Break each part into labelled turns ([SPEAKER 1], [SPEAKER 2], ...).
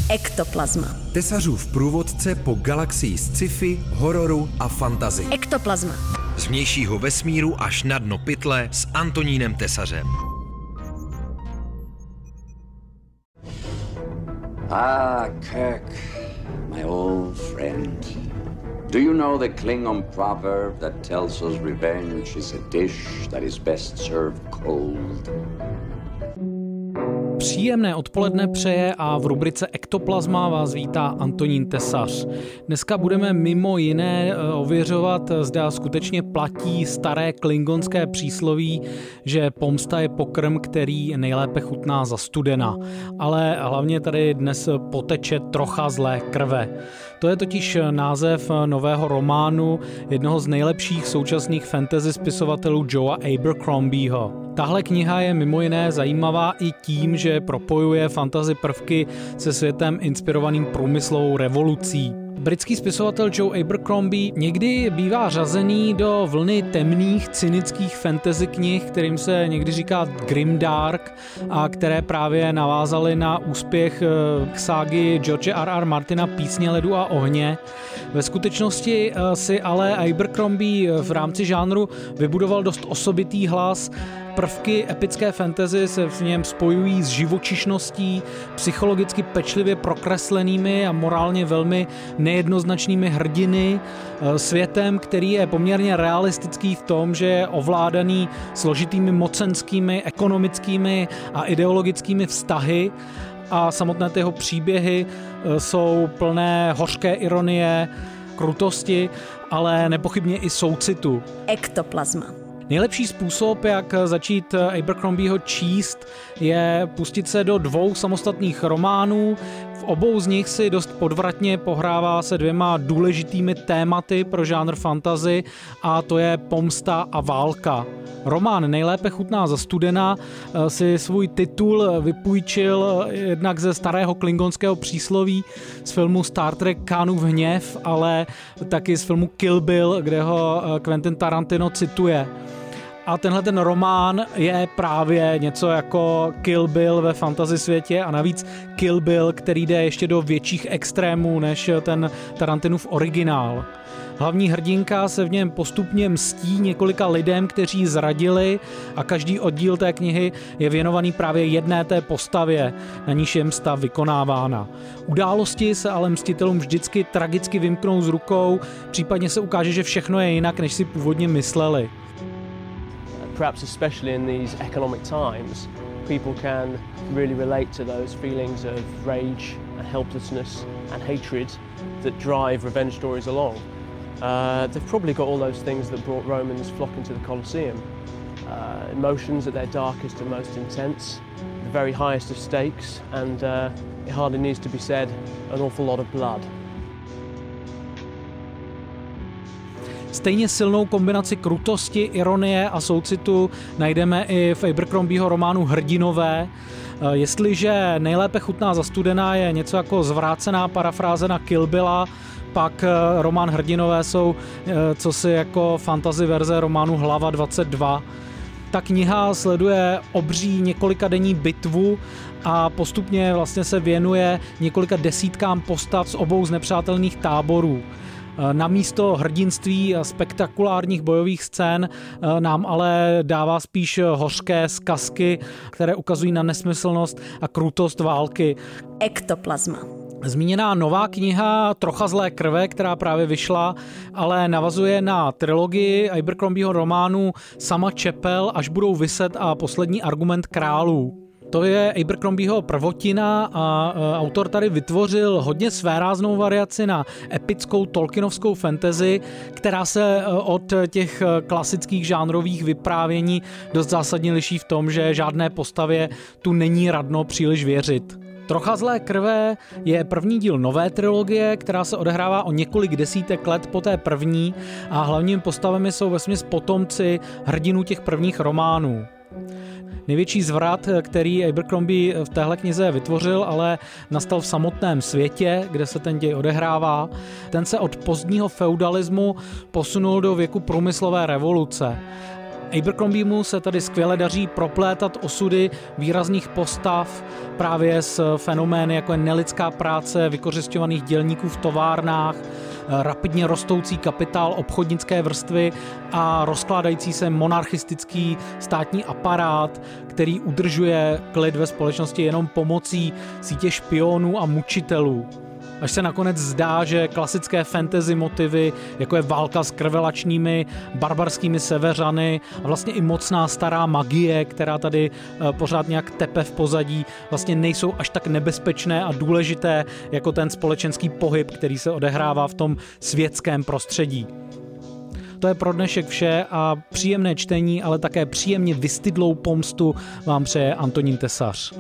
[SPEAKER 1] Ektoplazma.
[SPEAKER 2] Tesařův průvodce po galaxii sci-fi, hororu a fantasy.
[SPEAKER 1] Ektoplazma.
[SPEAKER 2] Z vnějšího vesmíru až na dno pytle s Antonínem Tesařem.
[SPEAKER 3] Kirk, my old friend. Do you know the Klingon proverb that tells us revenge is a dish that is best served cold?
[SPEAKER 4] Příjemné odpoledne přeje a v rubrice Ektoplazma vás vítá Antonín Tesař. Dneska budeme mimo jiné ověřovat, zda skutečně platí staré klingonské přísloví, že pomsta je pokrm, který nejlépe chutná za studena. Ale hlavně tady dnes poteče trocha zlé krve. To je totiž název nového románu jednoho z nejlepších současných fantasy spisovatelů Joea Abercrombieho. Tahle kniha je mimo jiné zajímavá i tím, že propojuje fantasy prvky se světem inspirovaným průmyslovou revolucí. Britský spisovatel Joe Abercrombie někdy bývá řazený do vlny temných, cynických fantasy knih, kterým se někdy říká grimdark a které právě navázaly na úspěch ságy George R.R. Martina Písně ledu a ohně. Ve skutečnosti si ale Abercrombie v rámci žánru vybudoval dost osobitý hlas. Prvky epické fantasy se v něm spojují s živočišností, psychologicky pečlivě prokreslenými a morálně velmi nejednoznačnými hrdiny, světem, který je poměrně realistický v tom, že je ovládaný složitými mocenskými, ekonomickými a ideologickými vztahy a samotné jeho příběhy jsou plné hořké ironie, krutosti, ale nepochybně i soucitu.
[SPEAKER 1] Ektoplazma.
[SPEAKER 4] Nejlepší způsob, jak začít Abercrombieho číst, je pustit se do dvou samostatných románů. V obou z nich si dost podvratně pohrává se dvěma důležitými tématy pro žánr fantasy a to je pomsta a válka. Román Nejlépe chutná za studena si svůj titul vypůjčil jednak ze starého klingonského přísloví z filmu Star Trek Kánův hněv, ale taky z filmu Kill Bill, kde ho Quentin Tarantino cituje. A tenhle ten román je právě něco jako Kill Bill ve fantasy světě a navíc Kill Bill, který jde ještě do větších extrémů než ten Tarantinův originál. Hlavní hrdinka se v něm postupně mstí několika lidem, kteří zradili a každý oddíl té knihy je věnovaný právě jedné té postavě, na níž je msta vykonávána. Události se ale mstitelům vždycky tragicky vymknou z rukou, případně se ukáže, že všechno je jinak, než si původně mysleli.
[SPEAKER 5] Perhaps especially in these economic times, people can really relate to those feelings of rage and helplessness and hatred that drive revenge stories along. They've probably got all those things that brought Romans flocking to the Colosseum. Emotions at their darkest and most intense, the very highest of stakes, and it hardly needs to be said, an awful lot of blood.
[SPEAKER 4] Stejně silnou kombinaci krutosti, ironie a soucitu najdeme i v Abercrombieho románu Hrdinové. Jestliže Nejlépe chutná za studena je něco jako zvrácená parafráze na Kill Billa, pak román Hrdinové jsou cosi jako fantasy verze románu Hlava 22. Ta kniha sleduje obří několikadenní bitvu a postupně vlastně se věnuje několika desítkám postav z obou znepřátelných táborů. Namísto hrdinství a spektakulárních bojových scén nám ale dává spíš hořké zkazky, které ukazují na nesmyslnost a krutost války.
[SPEAKER 1] Ektoplazma.
[SPEAKER 4] Zmíněná nová kniha Trocha zlé krve, která právě vyšla, ale navazuje na trilogii Abercrombieho románů Sama čepel, Až budou viset a Poslední argument králů. To je Abercrombieho prvotina a autor tady vytvořil hodně svéráznou variaci na epickou tolkienovskou fantasy, která se od těch klasických žánrových vyprávění dost zásadně liší v tom, že žádné postavě tu není radno příliš věřit. Trocha zlé krve je první díl nové trilogie, která se odehrává o několik desítek let po té první a hlavními postavami jsou vesměs potomci hrdinů těch prvních románů. Největší zvrat, který Abercrombie v téhle knize vytvořil, ale nastal v samotném světě, kde se ten děj odehrává. Ten se od pozdního feudalismu posunul do věku průmyslové revoluce. Abercrombiemu se tady skvěle daří proplétat osudy výrazných postav právě s fenomény, jako je nelidská práce vykořisťovaných dělníků v továrnách, rapidně rostoucí kapitál obchodnické vrstvy a rozkládající se monarchistický státní aparát, který udržuje klid ve společnosti jenom pomocí sítě špionů a mučitelů. Až se nakonec zdá, že klasické fantasy motivy, jako je válka s krvelačnými barbarskými severany a vlastně i mocná stará magie, která tady pořád nějak tepe v pozadí, vlastně nejsou až tak nebezpečné a důležité jako ten společenský pohyb, který se odehrává v tom světském prostředí. To je pro dnešek vše a příjemné čtení, ale také příjemně vystydlou pomstu vám přeje Antonín Tesař.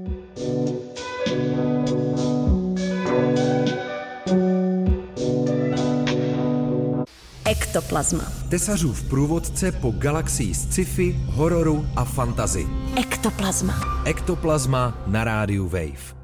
[SPEAKER 1] Ektoplazma.
[SPEAKER 2] Tesařův průvodce po galaxii sci-fi, hororu a fantasy.
[SPEAKER 1] Ektoplazma.
[SPEAKER 2] Ektoplazma na rádiu Wave.